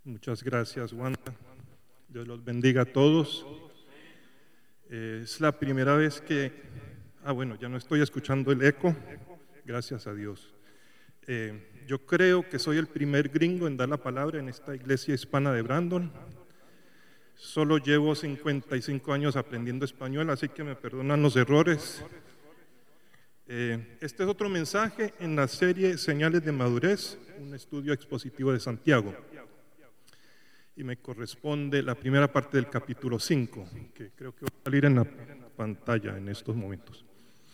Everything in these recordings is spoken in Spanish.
Muchas gracias, Wanda. Dios los bendiga a todos. Es la primera vez que... bueno, ya no estoy escuchando el eco. Gracias a Dios. Yo creo que soy el primer gringo en dar la palabra en esta iglesia hispana de Brandon. Solo llevo 55 años aprendiendo español, así que me perdonan los errores. Este es otro mensaje en la serie Señales de Madurez, un estudio expositivo de Santiago. Y me corresponde la primera parte del capítulo 5, que creo que va a salir en la pantalla en estos momentos.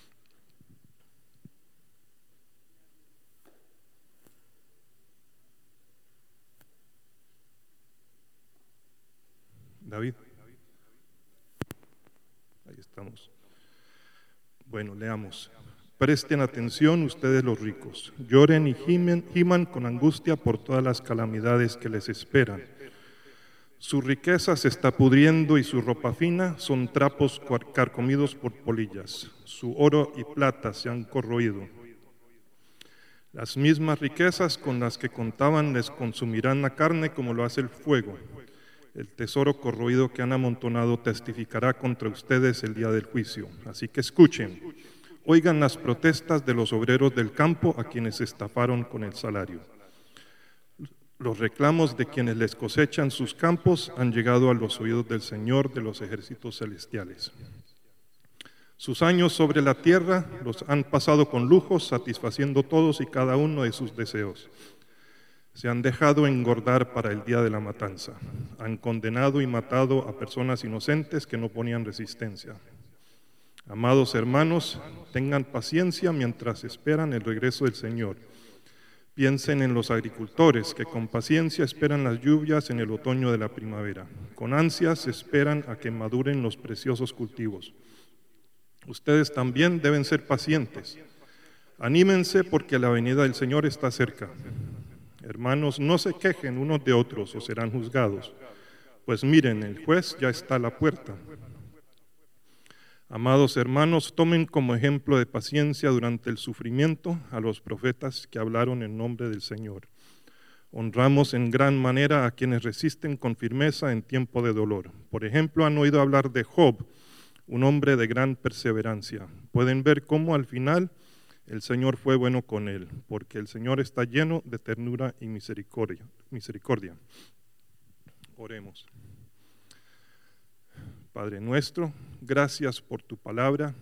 David. Ahí estamos. Bueno, leamos. Presten atención ustedes los ricos. Lloren y giman con angustia por todas las calamidades que les esperan. Su riqueza se está pudriendo y su ropa fina son trapos carcomidos por polillas. Su oro y plata se han corroído. Las mismas riquezas con las que contaban les consumirán la carne como lo hace el fuego. El tesoro corroído que han amontonado testificará contra ustedes el día del juicio. Así que escuchen, oigan las protestas de los obreros del campo a quienes estafaron con el salario. Los reclamos de quienes les cosechan sus campos han llegado a los oídos del Señor de los ejércitos celestiales. Sus años sobre la tierra los han pasado con lujos, satisfaciendo todos y cada uno de sus deseos. Se han dejado engordar para el día de la matanza. Han condenado y matado a personas inocentes que no ponían resistencia. Amados hermanos, tengan paciencia mientras esperan el regreso del Señor. Piensen en los agricultores que con paciencia esperan las lluvias en el otoño de la primavera. Con ansias esperan a que maduren los preciosos cultivos. Ustedes también deben ser pacientes. Anímense porque la venida del Señor está cerca. Hermanos, no se quejen unos de otros o serán juzgados. Pues miren, el juez ya está a la puerta. Amados hermanos, tomen como ejemplo de paciencia durante el sufrimiento a los profetas que hablaron en nombre del Señor. Honramos en gran manera a quienes resisten con firmeza en tiempo de dolor. Por ejemplo, han oído hablar de Job, un hombre de gran perseverancia. Pueden ver cómo al final el Señor fue bueno con él, porque el Señor está lleno de ternura y misericordia. Oremos. Padre nuestro, gracias por tu palabra,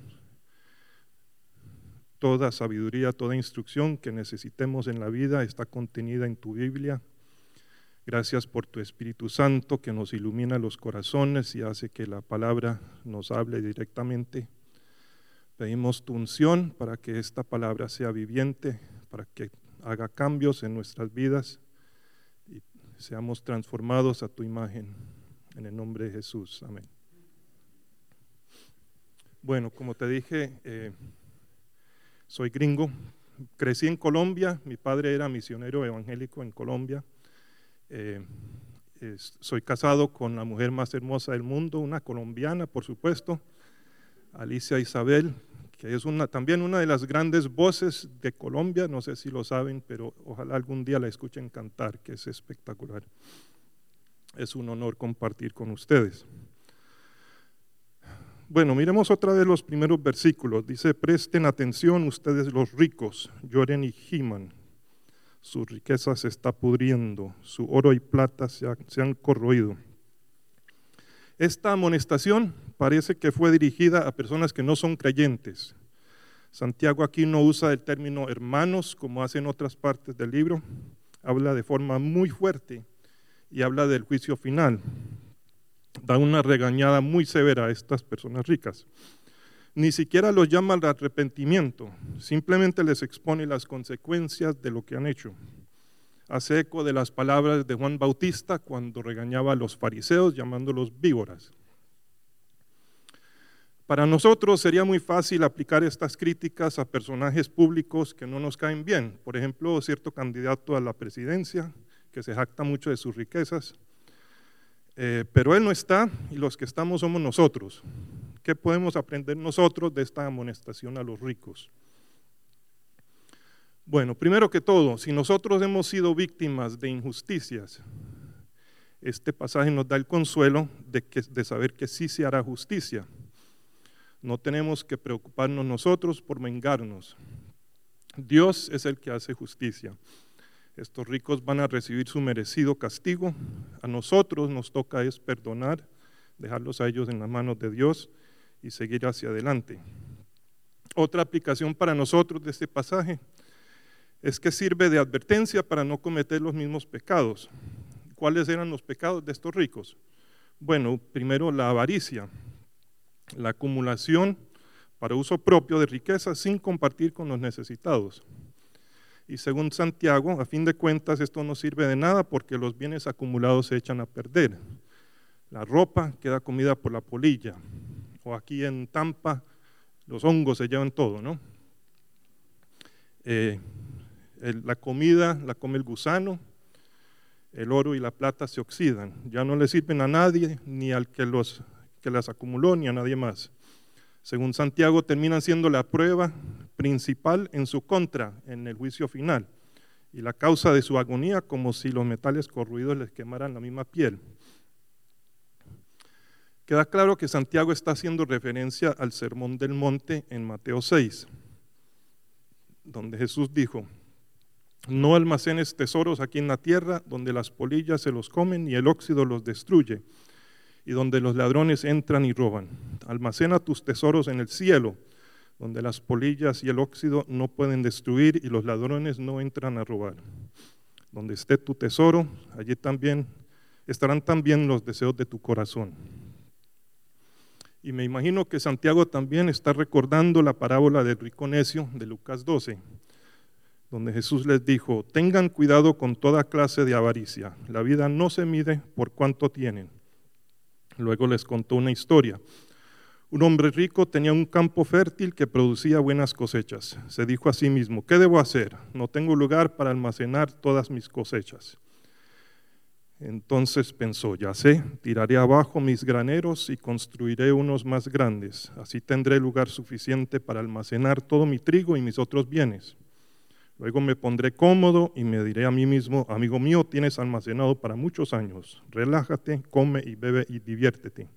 toda sabiduría, toda instrucción que necesitemos en la vida está contenida en tu Biblia. Gracias por tu Espíritu Santo que nos ilumina los corazones y hace que la palabra nos hable directamente. Pedimos tu unción para que esta palabra sea viviente, para que haga cambios en nuestras vidas y seamos transformados a tu imagen. En el nombre de Jesús, amén. Bueno, como te dije, soy gringo, crecí en Colombia, mi padre era misionero evangélico en Colombia, soy casado con la mujer más hermosa del mundo, una colombiana por supuesto, Alicia Isabel, que es también una de las grandes voces de Colombia, no sé si lo saben, pero ojalá algún día la escuchen cantar, que es espectacular. Es un honor compartir con ustedes. Bueno, miremos otra vez los primeros versículos. Dice, presten atención ustedes los ricos, lloren y giman. Su riqueza se está pudriendo, su oro y plata se han corroído. Esta amonestación parece que fue dirigida a personas que no son creyentes. Santiago aquí no usa el término hermanos como hace en otras partes del libro. Habla de forma muy fuerte y habla del juicio final. Da una regañada muy severa a estas personas ricas. Ni siquiera los llama al arrepentimiento, simplemente les expone las consecuencias de lo que han hecho. Hace eco de las palabras de Juan Bautista cuando regañaba a los fariseos llamándolos víboras. Para nosotros sería muy fácil aplicar estas críticas a personajes públicos que no nos caen bien. Por ejemplo, cierto candidato a la presidencia que se jacta mucho de sus riquezas. Pero él no está y los que estamos somos nosotros. ¿Qué podemos aprender nosotros de esta amonestación a los ricos? Bueno, primero que todo, si nosotros hemos sido víctimas de injusticias, Este pasaje nos da el consuelo de saber que sí se hará justicia. No tenemos que preocuparnos nosotros por vengarnos. Dios es el que hace justicia. Estos ricos van a recibir su merecido castigo. A nosotros nos toca es perdonar, dejarlos a ellos en las manos de Dios y seguir hacia adelante. Otra aplicación para nosotros de este pasaje es que sirve de advertencia para no cometer los mismos pecados. ¿Cuáles eran los pecados de estos ricos? Bueno, primero la avaricia, la acumulación para uso propio de riquezas sin compartir con los necesitados. Y según Santiago, a fin de cuentas, esto no sirve de nada porque los bienes acumulados se echan a perder. La ropa queda comida por la polilla, o aquí en Tampa, los hongos se llevan todo, ¿no? La comida la come el gusano, el oro y la plata se oxidan, ya no le sirven a nadie, ni al que las acumuló, ni a nadie más. Según Santiago, terminan siendo la prueba principal en su contra en el juicio final y la causa de su agonía, como si los metales corroídos les quemaran la misma piel. Queda claro que Santiago está haciendo referencia al Sermón del Monte en Mateo 6, donde Jesús dijo: no almacenes tesoros aquí en la tierra, donde las polillas se los comen y el óxido los destruye, y donde los ladrones entran y roban. Almacena tus tesoros en el cielo, donde las polillas y el óxido no pueden destruir y los ladrones no entran a robar. Donde esté tu tesoro, allí también estarán también los deseos de tu corazón. Y me imagino que Santiago también está recordando la parábola del rico necio de Lucas 12, donde Jesús les dijo: tengan cuidado con toda clase de avaricia, la vida no se mide por cuánto tienen. Luego les contó una historia. Un hombre rico tenía un campo fértil que producía buenas cosechas. Se dijo a sí mismo: ¿qué debo hacer? No tengo lugar para almacenar todas mis cosechas. Entonces pensó: ya sé, tiraré abajo mis graneros y construiré unos más grandes. Así tendré lugar suficiente para almacenar todo mi trigo y mis otros bienes. Luego me pondré cómodo y me diré a mí mismo: amigo mío, tienes almacenado para muchos años. Relájate, come y bebe y diviértete.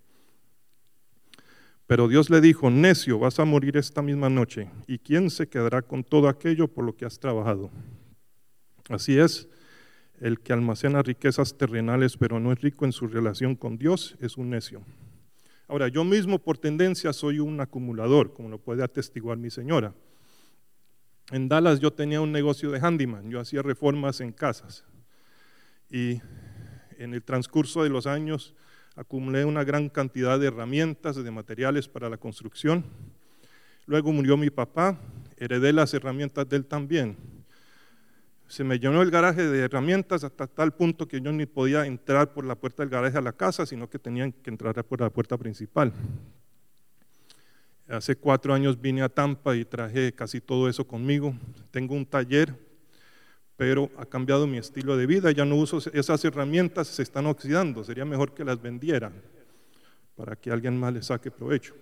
Pero Dios le dijo: necio, vas a morir esta misma noche. ¿Y quién se quedará con todo aquello por lo que has trabajado? Así es, el que almacena riquezas terrenales pero no es rico en su relación con Dios es un necio. Ahora, yo mismo por tendencia soy un acumulador, como lo puede atestiguar mi señora. En Dallas yo tenía un negocio de handyman, yo hacía reformas en casas y en el transcurso de los años acumulé una gran cantidad de herramientas, de materiales para la construcción. Luego murió mi papá, heredé las herramientas de él también. Se me llenó el garaje de herramientas hasta tal punto que yo ni podía entrar por la puerta del garaje a la casa, sino que tenían que entrar por la puerta principal. Hace 4 años vine a Tampa y traje casi todo eso conmigo. Tengo un taller, pero ha cambiado mi estilo de vida. Ya no uso esas herramientas, se están oxidando. Sería mejor que las vendiera para que alguien más les saque provecho.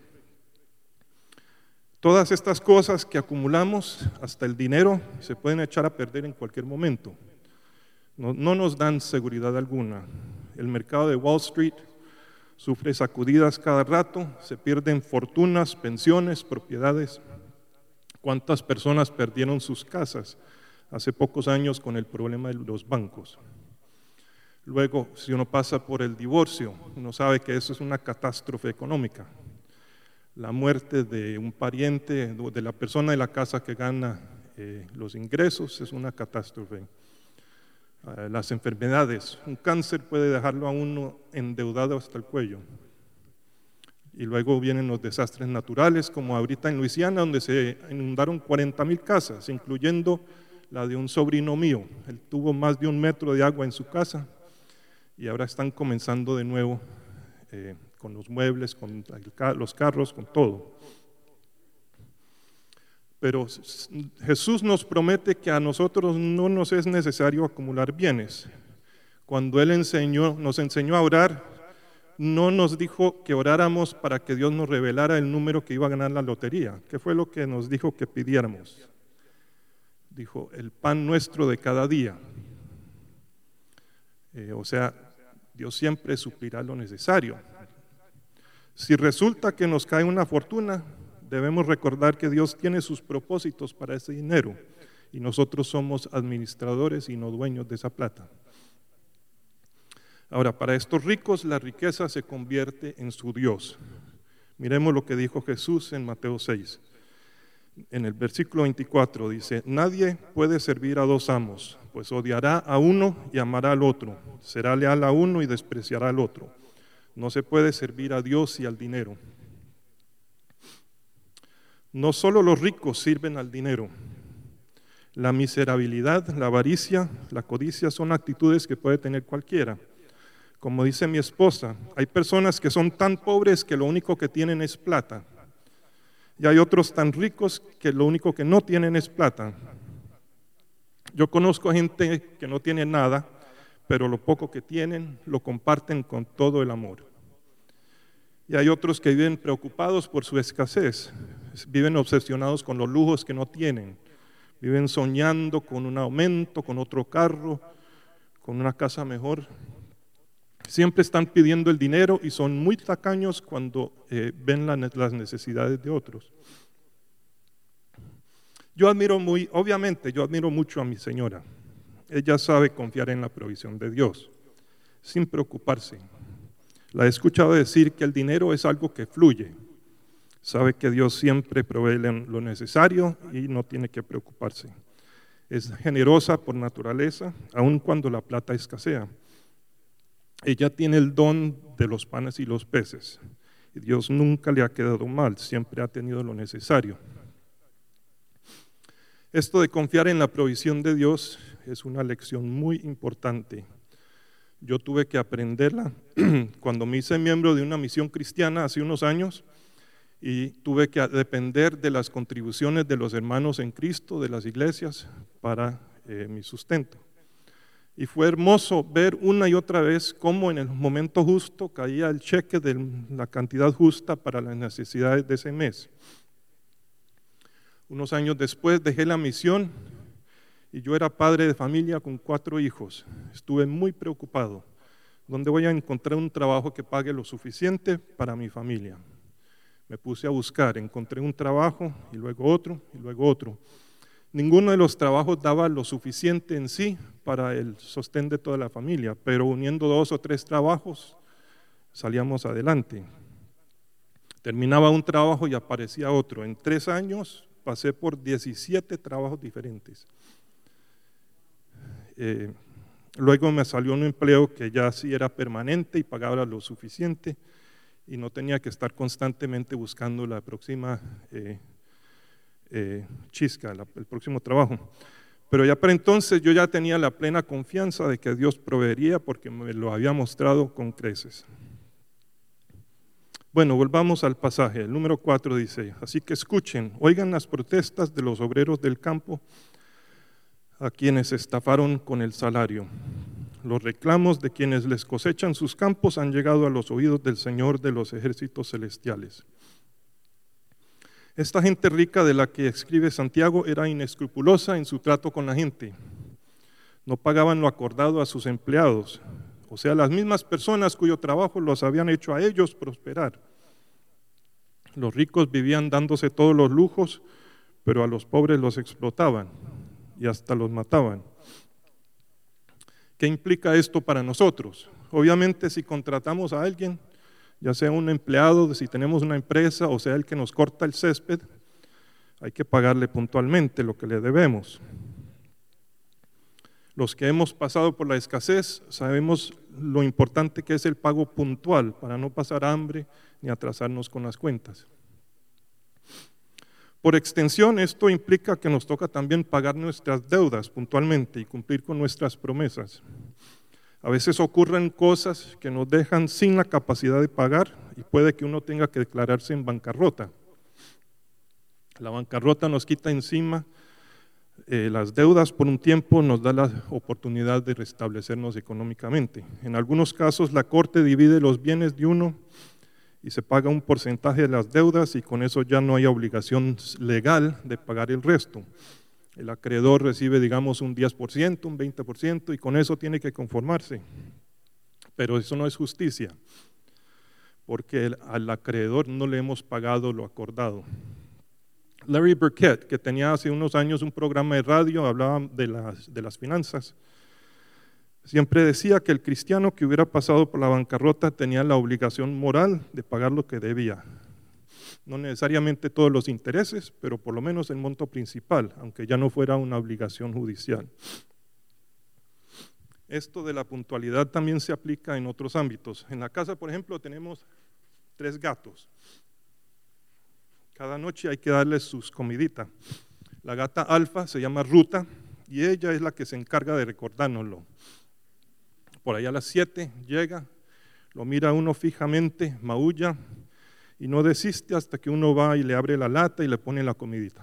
Todas estas cosas que acumulamos, hasta el dinero, se pueden echar a perder en cualquier momento. No nos dan seguridad alguna. El mercado de Wall Street sufre sacudidas cada rato, se pierden fortunas, pensiones, propiedades. ¿Cuántas personas perdieron sus casas hace pocos años con el problema de los bancos? Luego, si uno pasa por el divorcio, uno sabe que eso es una catástrofe económica. La muerte de un pariente, de la persona de la casa que gana los ingresos, es una catástrofe. Las enfermedades, un cáncer puede dejarlo a uno endeudado hasta el cuello. Y luego vienen los desastres naturales, como ahorita en Luisiana, donde se inundaron 40,000 casas, incluyendo la de un sobrino mío. Él tuvo más de 1 metro de agua en su casa y ahora están comenzando de nuevo con los muebles, con los carros, con todo. Pero Jesús nos promete que a nosotros no nos es necesario acumular bienes. Cuando Él nos enseñó a orar, no nos dijo que oráramos para que Dios nos revelara el número que iba a ganar la lotería. ¿Qué fue lo que nos dijo que pidiéramos? Dijo: el pan nuestro de cada día. O sea, Dios siempre suplirá lo necesario. Si resulta que nos cae una fortuna, debemos recordar que Dios tiene sus propósitos para ese dinero y nosotros somos administradores y no dueños de esa plata. Ahora, para estos ricos la riqueza se convierte en su Dios. Miremos lo que dijo Jesús en Mateo 6. En el versículo 24 dice: nadie puede servir a dos amos, pues odiará a uno y amará al otro, será leal a uno y despreciará al otro. No se puede servir a Dios y al dinero. No solo los ricos sirven al dinero. La miserabilidad, la avaricia, la codicia son actitudes que puede tener cualquiera. Como dice mi esposa, hay personas que son tan pobres que lo único que tienen es plata. Y hay otros tan ricos que lo único que no tienen es plata. Yo conozco gente que no tiene nada, pero lo poco que tienen lo comparten con todo el amor. Y hay otros que viven preocupados por su escasez, viven obsesionados con los lujos que no tienen, viven soñando con un aumento, con otro carro, con una casa mejor. Siempre están pidiendo el dinero y son muy tacaños cuando ven las necesidades de otros. Yo admiro mucho a mi señora. Ella sabe confiar en la provisión de Dios, sin preocuparse. La he escuchado decir que el dinero es algo que fluye. Sabe que Dios siempre provee lo necesario y no tiene que preocuparse. Es generosa por naturaleza, aun cuando la plata escasea. Ella tiene el don de los panes y los peces. Y Dios nunca le ha quedado mal, siempre ha tenido lo necesario. Esto de confiar en la provisión de Dios es una lección muy importante. Yo tuve que aprenderla cuando me hice miembro de una misión cristiana hace unos años y tuve que depender de las contribuciones de los hermanos en Cristo, de las iglesias, para mi sustento. Y fue hermoso ver una y otra vez cómo en el momento justo caía el cheque de la cantidad justa para las necesidades de ese mes. Unos años después dejé la misión y yo era padre de familia con 4 hijos. Estuve muy preocupado. ¿Dónde voy a encontrar un trabajo que pague lo suficiente para mi familia? Me puse a buscar, encontré un trabajo y luego otro y luego otro. Ninguno de los trabajos daba lo suficiente en sí para el sostén de toda la familia, pero uniendo 2 o 3 trabajos salíamos adelante. Terminaba un trabajo y aparecía otro. En 3 años pasé por 17 trabajos diferentes. Luego me salió un empleo que ya sí era permanente y pagaba lo suficiente y no tenía que estar constantemente buscando la próxima chisca, el próximo trabajo. Pero ya para entonces yo ya tenía la plena confianza de que Dios proveería porque me lo había mostrado con creces. Bueno, volvamos al pasaje. El número 4 dice: así que escuchen, oigan las protestas de los obreros del campo a quienes estafaron con el salario. Los reclamos de quienes les cosechan sus campos han llegado a los oídos del Señor de los ejércitos celestiales. Esta gente rica de la que escribe Santiago era inescrupulosa en su trato con la gente. No pagaban lo acordado a sus empleados, o sea, las mismas personas cuyo trabajo los habían hecho a ellos prosperar. Los ricos vivían dándose todos los lujos, pero a los pobres los explotaban y hasta los mataban. ¿Qué implica esto para nosotros? Obviamente, si contratamos a alguien, ya sea un empleado, si tenemos una empresa, o sea el que nos corta el césped, hay que pagarle puntualmente lo que le debemos. Los que hemos pasado por la escasez sabemos lo importante que es el pago puntual para no pasar hambre ni atrasarnos con las cuentas. Por extensión, esto implica que nos toca también pagar nuestras deudas puntualmente y cumplir con nuestras promesas. A veces ocurren cosas que nos dejan sin la capacidad de pagar y puede que uno tenga que declararse en bancarrota. La bancarrota nos quita encima las deudas por un tiempo, nos da la oportunidad de restablecernos económicamente. En algunos casos la corte divide los bienes de uno y se paga un porcentaje de las deudas y con eso ya no hay obligación legal de pagar el resto. El acreedor recibe, digamos, un 10%, un 20% y con eso tiene que conformarse. Pero eso no es justicia, porque al acreedor no le hemos pagado lo acordado. Larry Burkett, que tenía hace unos años un programa de radio, hablaba de las finanzas, siempre decía que el cristiano que hubiera pasado por la bancarrota tenía la obligación moral de pagar lo que debía. No necesariamente todos los intereses, pero por lo menos el monto principal, aunque ya no fuera una obligación judicial. Esto de la puntualidad también se aplica en otros ámbitos. En la casa, por ejemplo, tenemos 3 gatos. Cada noche hay que darles sus comiditas. La gata alfa se llama Ruta y ella es la que se encarga de recordárnoslo. Por allá a las 7 llega, lo mira uno fijamente, maulla y no desiste hasta que uno va y le abre la lata y le pone la comidita.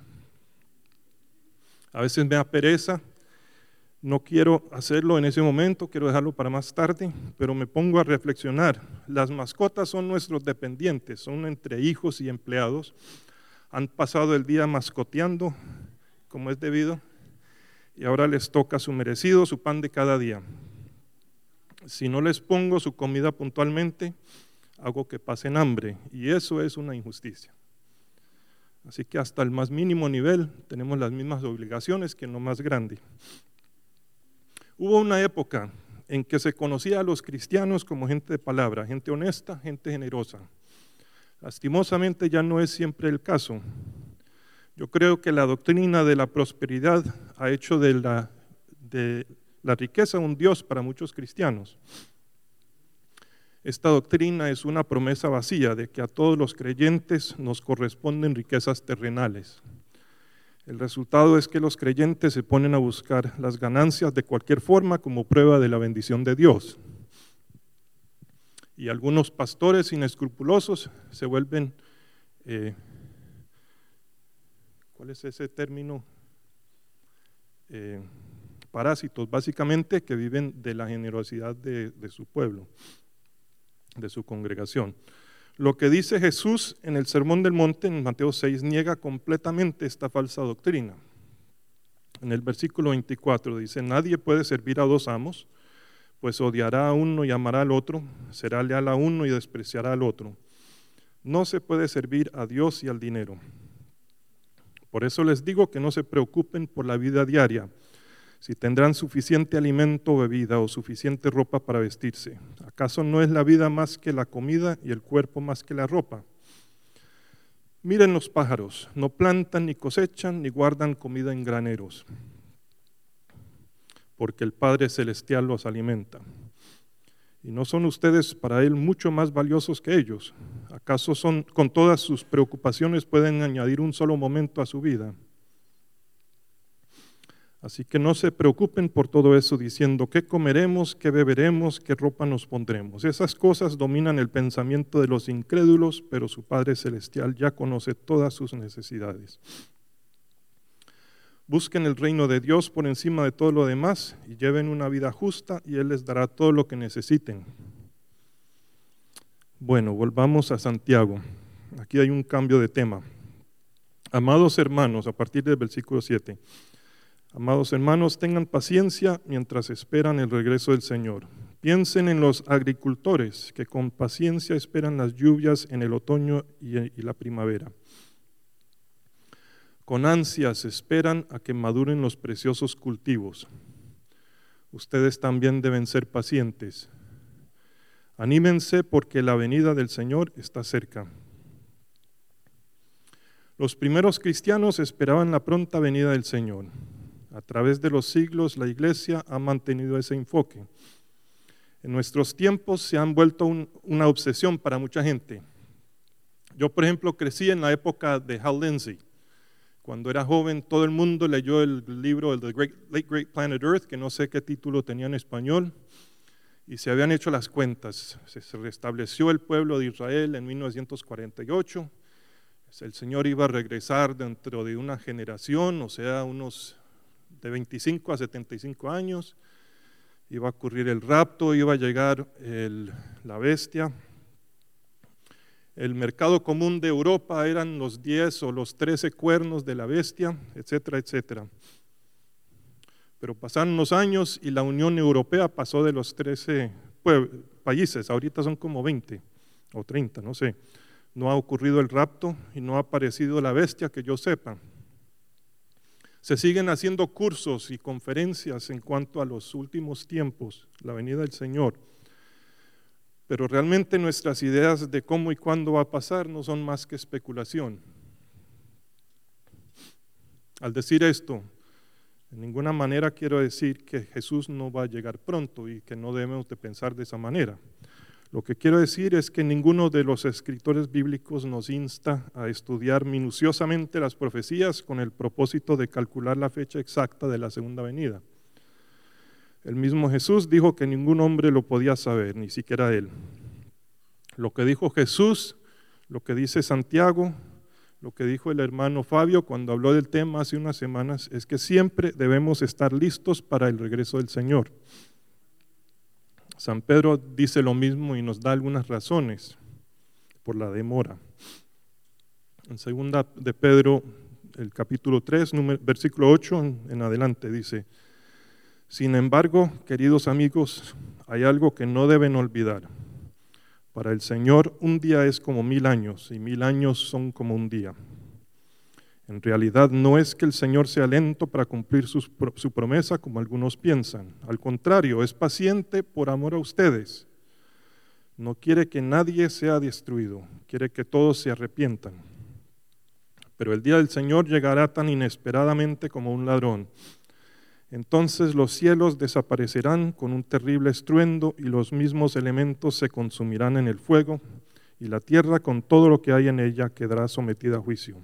A veces me da pereza, no quiero hacerlo en ese momento, quiero dejarlo para más tarde, pero me pongo a reflexionar. Las mascotas son nuestros dependientes, son entre hijos y empleados. Han pasado el día mascoteando como es debido y ahora les toca su merecido, su pan de cada día. Si no les pongo su comida puntualmente, hago que pasen hambre y eso es una injusticia. Así que hasta el más mínimo nivel tenemos las mismas obligaciones que en lo más grande. Hubo una época en que se conocía a los cristianos como gente de palabra, gente honesta, gente generosa. Lastimosamente ya no es siempre el caso. Yo creo que la doctrina de la prosperidad ha hecho de la riqueza un Dios para muchos cristianos. Esta doctrina es una promesa vacía de que a todos los creyentes nos corresponden riquezas terrenales. El resultado es que los creyentes se ponen a buscar las ganancias de cualquier forma como prueba de la bendición de Dios. Y algunos pastores inescrupulosos se vuelven, ¿cuál es ese término? Parásitos, básicamente, que viven de la generosidad de su pueblo, de su congregación. Lo que dice Jesús en el Sermón del Monte, en Mateo 6, niega completamente esta falsa doctrina. En el versículo 24 dice, nadie puede servir a 2 amos, pues odiará a uno y amará al otro, será leal a uno y despreciará al otro. No se puede servir a Dios y al dinero. Por eso les digo que no se preocupen por la vida diaria, si tendrán suficiente alimento o bebida o suficiente ropa para vestirse. ¿Acaso no es la vida más que la comida y el cuerpo más que la ropa? Miren los pájaros, no plantan ni cosechan ni guardan comida en graneros, porque el Padre Celestial los alimenta. ¿Y no son ustedes para Él mucho más valiosos que ellos? ¿Acaso con todas sus preocupaciones pueden añadir un solo momento a su vida? Así que no se preocupen por todo eso diciendo qué comeremos, qué beberemos, qué ropa nos pondremos. Esas cosas dominan el pensamiento de los incrédulos, pero su Padre Celestial ya conoce todas sus necesidades. Busquen el reino de Dios por encima de todo lo demás y lleven una vida justa y Él les dará todo lo que necesiten. Bueno, volvamos a Santiago. Aquí hay un cambio de tema. Amados hermanos, a partir del versículo 7. Amados hermanos, tengan paciencia mientras esperan el regreso del Señor. Piensen en los agricultores que con paciencia esperan las lluvias en el otoño y la primavera. Con ansias esperan a que maduren los preciosos cultivos. Ustedes también deben ser pacientes. Anímense porque la venida del Señor está cerca. Los primeros cristianos esperaban la pronta venida del Señor. A través de los siglos la Iglesia ha mantenido ese enfoque. En nuestros tiempos se han vuelto una obsesión para mucha gente. Yo, por ejemplo, crecí en la época de Hal Lindsey. Cuando era joven, todo el mundo leyó el libro The Late Great Planet Earth, que no sé qué título tenía en español, y se habían hecho las cuentas. Se restableció el pueblo de Israel en 1948. El Señor iba a regresar dentro de una generación, o sea, unos de 25 a 75 años. Iba a ocurrir el rapto, iba a llegar la bestia. El mercado común de Europa eran los 10 o los 13 cuernos de la bestia, etcétera, etcétera. Pero pasaron los años y la Unión Europea pasó de los 13 países, ahorita son como 20 o 30, no sé. No ha ocurrido el rapto y no ha aparecido la bestia que yo sepa. Se siguen haciendo cursos y conferencias en cuanto a los últimos tiempos, la venida del Señor. Pero realmente nuestras ideas de cómo y cuándo va a pasar no son más que especulación. Al decir esto, de ninguna manera quiero decir que Jesús no va a llegar pronto y que no debemos de pensar de esa manera. Lo que quiero decir es que ninguno de los escritores bíblicos nos insta a estudiar minuciosamente las profecías con el propósito de calcular la fecha exacta de la segunda venida. El mismo Jesús dijo que ningún hombre lo podía saber, ni siquiera él. Lo que dijo Jesús, lo que dice Santiago, lo que dijo el hermano Fabio cuando habló del tema hace unas semanas, es que siempre debemos estar listos para el regreso del Señor. San Pedro dice lo mismo y nos da algunas razones por la demora. En segunda de Pedro, el capítulo 3, versículo 8 en adelante dice: sin embargo, queridos amigos, hay algo que no deben olvidar. Para el Señor un día es como 1000 años y 1000 años son como un día. En realidad no es que el Señor sea lento para cumplir su promesa como algunos piensan. Al contrario, es paciente por amor a ustedes. No quiere que nadie sea destruido, quiere que todos se arrepientan. Pero el día del Señor llegará tan inesperadamente como un ladrón. Entonces los cielos desaparecerán con un terrible estruendo y los mismos elementos se consumirán en el fuego y la tierra con todo lo que hay en ella quedará sometida a juicio.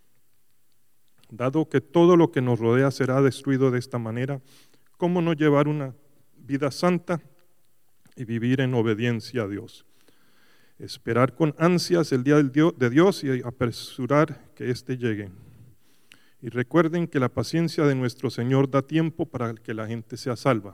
Dado que todo lo que nos rodea será destruido de esta manera, ¿cómo no llevar una vida santa y vivir en obediencia a Dios? Esperar con ansias el día de Dios y apresurar que éste llegue. Y recuerden que la paciencia de nuestro Señor da tiempo para que la gente sea salva.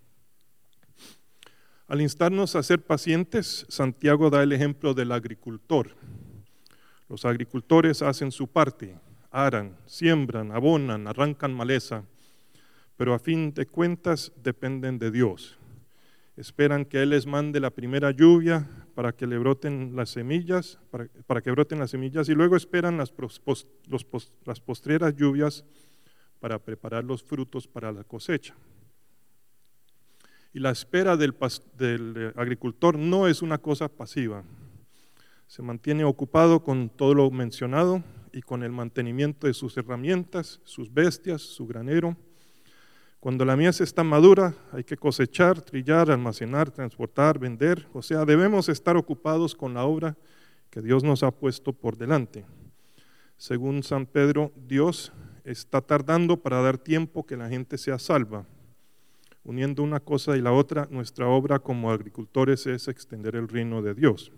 Al instarnos a ser pacientes, Santiago da el ejemplo del agricultor. Los agricultores hacen su parte, aran, siembran, abonan, arrancan maleza, pero a fin de cuentas dependen de Dios. Esperan que Él les mande la primera lluvia para que le broten las semillas, para que broten las semillas, y luego esperan las postreras lluvias para preparar los frutos para la cosecha. Y la espera del agricultor no es una cosa pasiva. Se mantiene ocupado con todo lo mencionado y con el mantenimiento de sus herramientas, sus bestias, su granero. Cuando la mies está madura, hay que cosechar, trillar, almacenar, transportar, vender. O sea, debemos estar ocupados con la obra que Dios nos ha puesto por delante. Según San Pedro, Dios está tardando para dar tiempo que la gente sea salva. Uniendo una cosa y la otra, nuestra obra como agricultores es extender el reino de Dios.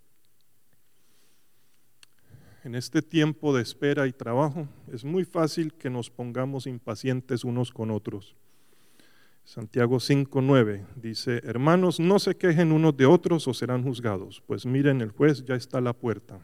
En este tiempo de espera y trabajo, es muy fácil que nos pongamos impacientes unos con otros. Santiago 5:9 dice: hermanos, no se quejen unos de otros o serán juzgados, pues miren, el juez ya está a la puerta.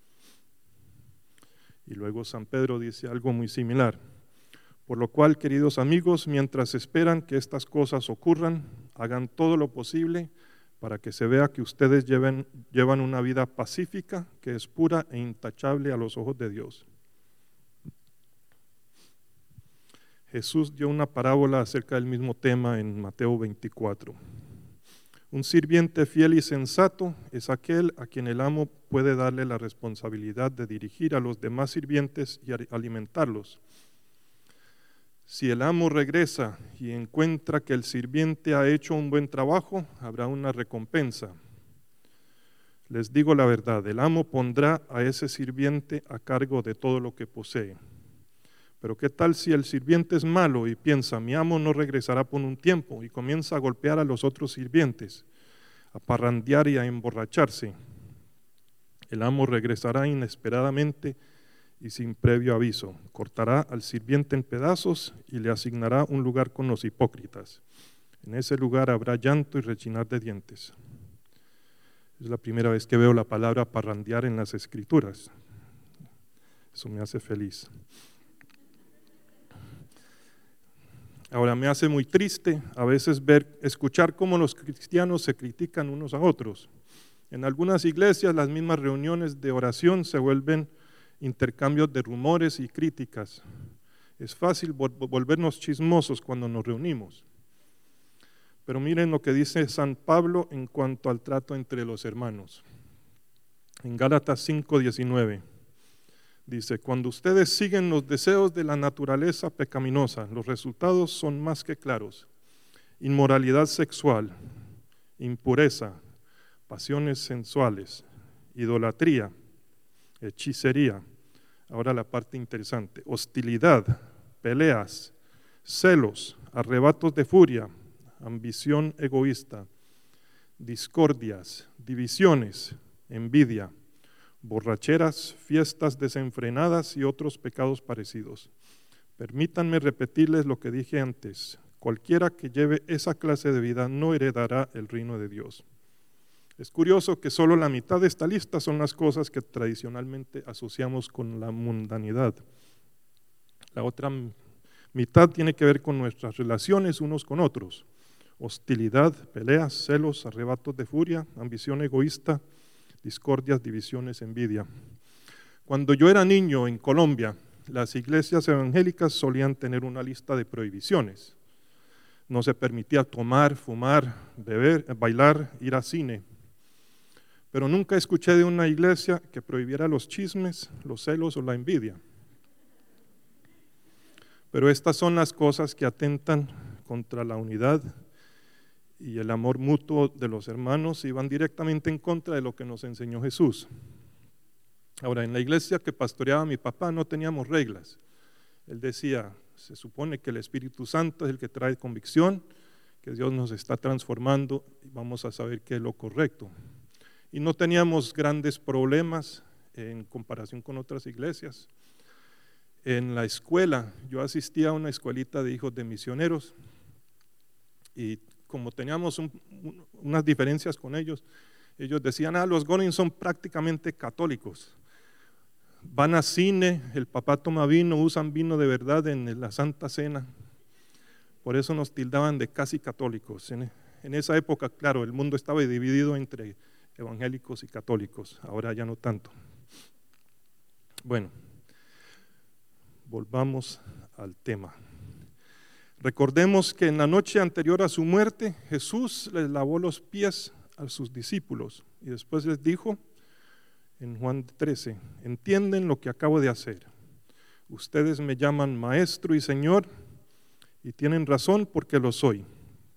Y luego San Pedro dice algo muy similar: por lo cual, queridos amigos, mientras esperan que estas cosas ocurran, hagan todo lo posible para que se vea que ustedes llevan una vida pacífica, que es pura e intachable a los ojos de Dios. Jesús dio una parábola acerca del mismo tema en Mateo 24. Un sirviente fiel y sensato es aquel a quien el amo puede darle la responsabilidad de dirigir a los demás sirvientes y alimentarlos. Si el amo regresa y encuentra que el sirviente ha hecho un buen trabajo, habrá una recompensa. Les digo la verdad, el amo pondrá a ese sirviente a cargo de todo lo que posee. Pero ¿qué tal si el sirviente es malo y piensa, mi amo no regresará por un tiempo, y comienza a golpear a los otros sirvientes, a parrandear y a emborracharse? El amo regresará inesperadamente y sin previo aviso, cortará al sirviente en pedazos y le asignará un lugar con los hipócritas. En ese lugar habrá llanto y rechinar de dientes. Es la primera vez que veo la palabra parrandear en las Escrituras. Eso me hace feliz. Ahora, me hace muy triste a veces escuchar cómo los cristianos se critican unos a otros. En algunas iglesias las mismas reuniones de oración se vuelven intercambios de rumores y críticas. Es fácil volvernos chismosos cuando nos reunimos. Pero miren lo que dice San Pablo en cuanto al trato entre los hermanos. En Gálatas 5:19 dice: cuando ustedes siguen los deseos de la naturaleza pecaminosa, los resultados son más que claros: inmoralidad sexual, impureza, pasiones sensuales, idolatría, hechicería. Ahora la parte interesante: hostilidad, peleas, celos, arrebatos de furia, ambición egoísta, discordias, divisiones, envidia, borracheras, fiestas desenfrenadas y otros pecados parecidos. Permítanme repetirles lo que dije antes: cualquiera que lleve esa clase de vida no heredará el reino de Dios. Es curioso que solo la mitad de esta lista son las cosas que tradicionalmente asociamos con la mundanidad. La otra mitad tiene que ver con nuestras relaciones unos con otros: hostilidad, peleas, celos, arrebatos de furia, ambición egoísta, discordias, divisiones, envidia. Cuando yo era niño en Colombia, las iglesias evangélicas solían tener una lista de prohibiciones. No se permitía tomar, fumar, beber, bailar, ir a cine. Pero nunca escuché de una iglesia que prohibiera los chismes, los celos o la envidia. Pero estas son las cosas que atentan contra la unidad y el amor mutuo de los hermanos y van directamente en contra de lo que nos enseñó Jesús. Ahora, en la iglesia que pastoreaba mi papá no teníamos reglas. Él decía: se supone que el Espíritu Santo es el que trae convicción, que Dios nos está transformando y vamos a saber qué es lo correcto. Y no teníamos grandes problemas en comparación con otras iglesias. En la escuela, yo asistía a una escuelita de hijos de misioneros y como teníamos unas diferencias con ellos, ellos decían: los Gorin son prácticamente católicos. Van a cine, el papá toma vino, usan vino de verdad en la Santa Cena. Por eso nos tildaban de casi católicos. En esa época, claro, el mundo estaba dividido entre evangélicos y católicos, ahora ya no tanto. Bueno, volvamos al tema. Recordemos que en la noche anterior a su muerte, Jesús les lavó los pies a sus discípulos y después les dijo en Juan 13: entienden lo que acabo de hacer. Ustedes me llaman maestro y señor y tienen razón porque lo soy.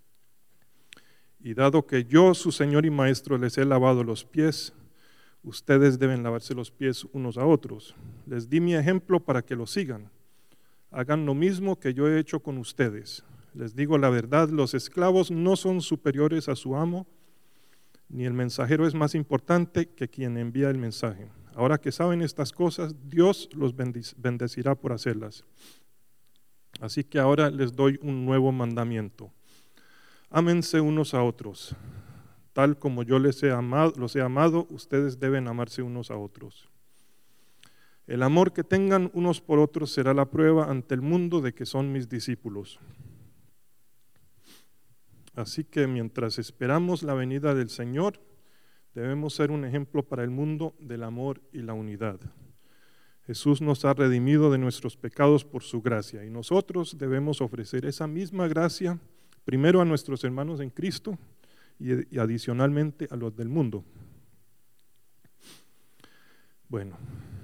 Y dado que yo, su señor y maestro, les he lavado los pies, ustedes deben lavarse los pies unos a otros. Les di mi ejemplo para que lo sigan. Hagan lo mismo que yo he hecho con ustedes. Les digo la verdad, los esclavos no son superiores a su amo, ni el mensajero es más importante que quien envía el mensaje. Ahora que saben estas cosas, Dios los bendecirá por hacerlas. Así que ahora les doy un nuevo mandamiento: ámense unos a otros. Tal como yo los he amado, ustedes deben amarse unos a otros. El amor que tengan unos por otros será la prueba ante el mundo de que son mis discípulos. Así que mientras esperamos la venida del Señor, debemos ser un ejemplo para el mundo del amor y la unidad. Jesús nos ha redimido de nuestros pecados por su gracia y nosotros debemos ofrecer esa misma gracia primero a nuestros hermanos en Cristo y adicionalmente a los del mundo. Bueno,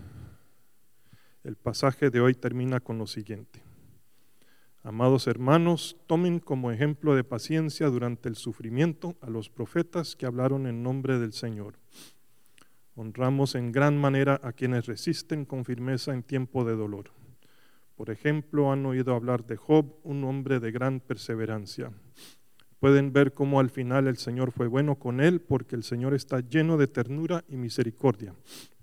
el pasaje de hoy termina con lo siguiente: amados hermanos, tomen como ejemplo de paciencia durante el sufrimiento a los profetas que hablaron en nombre del Señor. Honramos en gran manera a quienes resisten con firmeza en tiempo de dolor. Por ejemplo, han oído hablar de Job, un hombre de gran perseverancia. Pueden ver cómo al final el Señor fue bueno con él, porque el Señor está lleno de ternura y misericordia.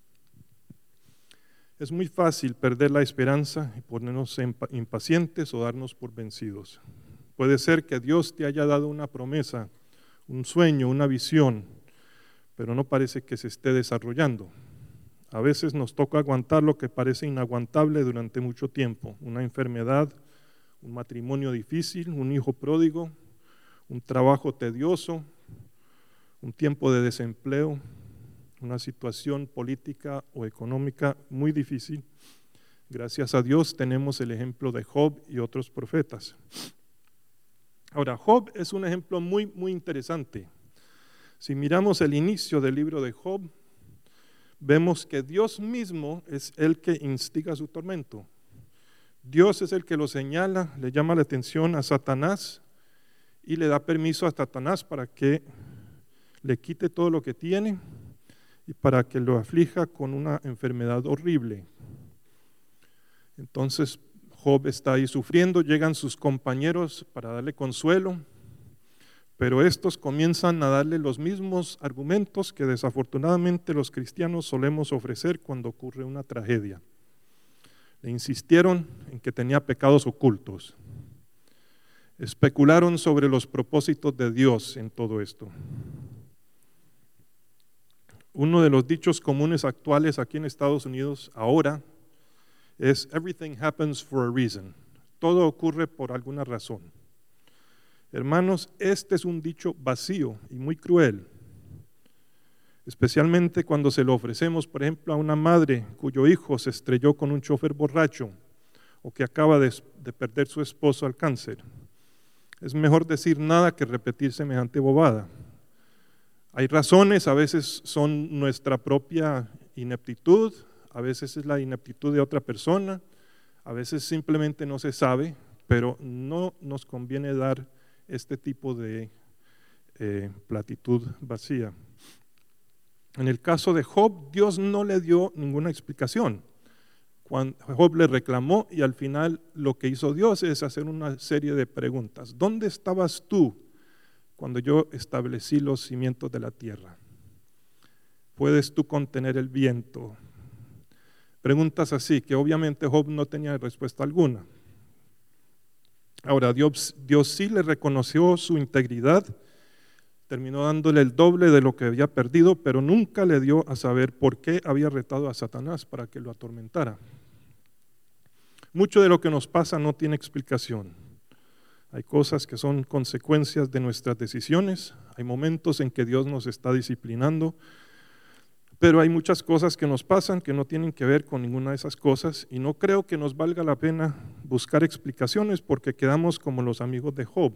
Es muy fácil perder la esperanza y ponernos impacientes o darnos por vencidos. Puede ser que Dios te haya dado una promesa, un sueño, una visión, pero no parece que se esté desarrollando. A veces nos toca aguantar lo que parece inaguantable durante mucho tiempo: una enfermedad, un matrimonio difícil, un hijo pródigo, un trabajo tedioso, un tiempo de desempleo, una situación política o económica muy difícil. Gracias a Dios tenemos el ejemplo de Job y otros profetas. Ahora, Job es un ejemplo muy interesante. Si miramos el inicio del libro de Job, vemos que Dios mismo es el que instiga su tormento. Dios es el que lo señala, le llama la atención a Satanás y le da permiso a Satanás para que le quite todo lo que tiene y para que lo aflija con una enfermedad horrible. Entonces Job está ahí sufriendo, llegan sus compañeros para darle consuelo, pero estos comienzan a darle los mismos argumentos que desafortunadamente los cristianos solemos ofrecer cuando ocurre una tragedia. Le insistieron en que tenía pecados ocultos. Especularon sobre los propósitos de Dios en todo esto. Uno de los dichos comunes actuales aquí en Estados Unidos ahora es "Everything happens for a reason". Todo ocurre por alguna razón. Hermanos, este es un dicho vacío y muy cruel, especialmente cuando se lo ofrecemos, por ejemplo, a una madre cuyo hijo se estrelló con un chofer borracho o que acaba de perder su esposo al cáncer. Es mejor decir nada que repetir semejante bobada. Hay razones, a veces son nuestra propia ineptitud, a veces es la ineptitud de otra persona, a veces simplemente no se sabe, pero no nos conviene dar este tipo de platitud vacía. En el caso de Job, Dios no le dio ninguna explicación. Cuando Job le reclamó y al final lo que hizo Dios es hacer una serie de preguntas. ¿Dónde estabas tú cuando yo establecí los cimientos de la tierra? ¿Puedes tú contener el viento? Preguntas así que obviamente Job no tenía respuesta alguna. Ahora, Dios sí le reconoció su integridad, terminó dándole el doble de lo que había perdido, pero nunca le dio a saber por qué había retado a Satanás para que lo atormentara. Mucho de lo que nos pasa no tiene explicación. Hay cosas que son consecuencias de nuestras decisiones, hay momentos en que Dios nos está disciplinando, pero hay muchas cosas que nos pasan que no tienen que ver con ninguna de esas cosas y no creo que nos valga la pena buscar explicaciones porque quedamos como los amigos de Job.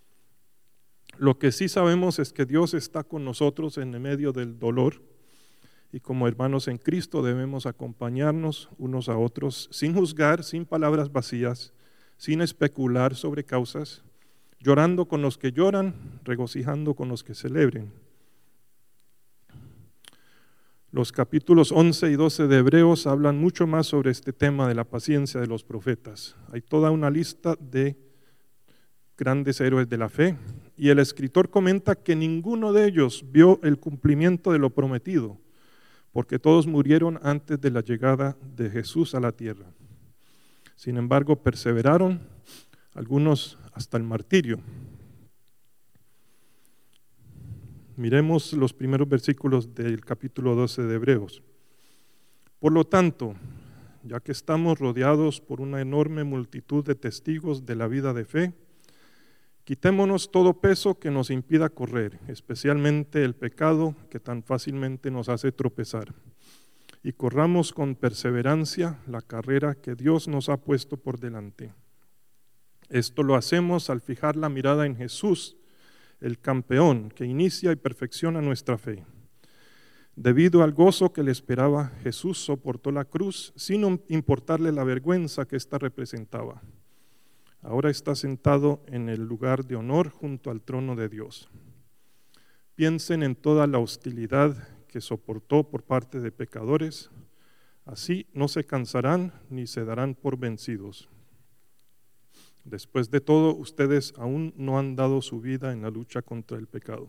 Lo que sí sabemos es que Dios está con nosotros en el medio del dolor y como hermanos en Cristo debemos acompañarnos unos a otros sin juzgar, sin palabras vacías, sin especular sobre causas, llorando con los que lloran, regocijando con los que celebren. Los capítulos 11 y 12 de Hebreos hablan mucho más sobre este tema de la paciencia de los profetas. Hay toda una lista de grandes héroes de la fe y el escritor comenta que ninguno de ellos vio el cumplimiento de lo prometido, porque todos murieron antes de la llegada de Jesús a la tierra. Sin embargo, perseveraron, algunos hasta el martirio. Miremos los primeros versículos del capítulo 12 de Hebreos. Por lo tanto, ya que estamos rodeados por una enorme multitud de testigos de la vida de fe, quitémonos todo peso que nos impida correr, especialmente el pecado que tan fácilmente nos hace tropezar, y corramos con perseverancia la carrera que Dios nos ha puesto por delante. Esto lo hacemos al fijar la mirada en Jesús, el campeón que inicia y perfecciona nuestra fe. Debido al gozo que le esperaba, Jesús soportó la cruz sin importarle la vergüenza que ésta representaba. Ahora está sentado en el lugar de honor junto al trono de Dios. Piensen en toda la hostilidad que soportó por parte de pecadores, así no se cansarán ni se darán por vencidos. Después de todo, ustedes aún no han dado su vida en la lucha contra el pecado.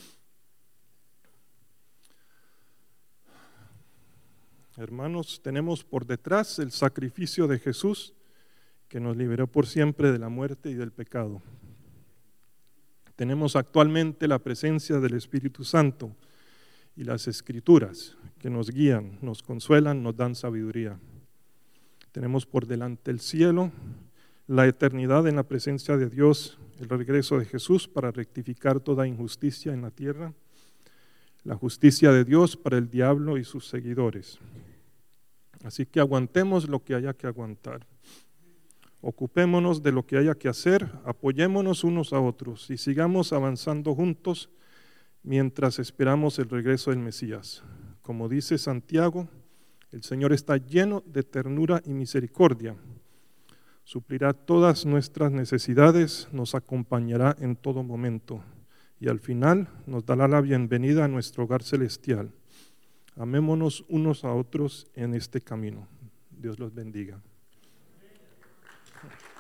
Hermanos, tenemos por detrás el sacrificio de Jesús que nos liberó por siempre de la muerte y del pecado. Tenemos actualmente la presencia del Espíritu Santo y las Escrituras que nos guían, nos consuelan, nos dan sabiduría. Tenemos por delante el cielo, la eternidad en la presencia de Dios, el regreso de Jesús para rectificar toda injusticia en la tierra, la justicia de Dios para el diablo y sus seguidores. Así que aguantemos lo que haya que aguantar. Ocupémonos de lo que haya que hacer, apoyémonos unos a otros y sigamos avanzando juntos mientras esperamos el regreso del Mesías. Como dice Santiago, el Señor está lleno de ternura y misericordia. Suplirá todas nuestras necesidades, nos acompañará en todo momento y al final nos dará la bienvenida a nuestro hogar celestial. Amémonos unos a otros en este camino. Dios los bendiga.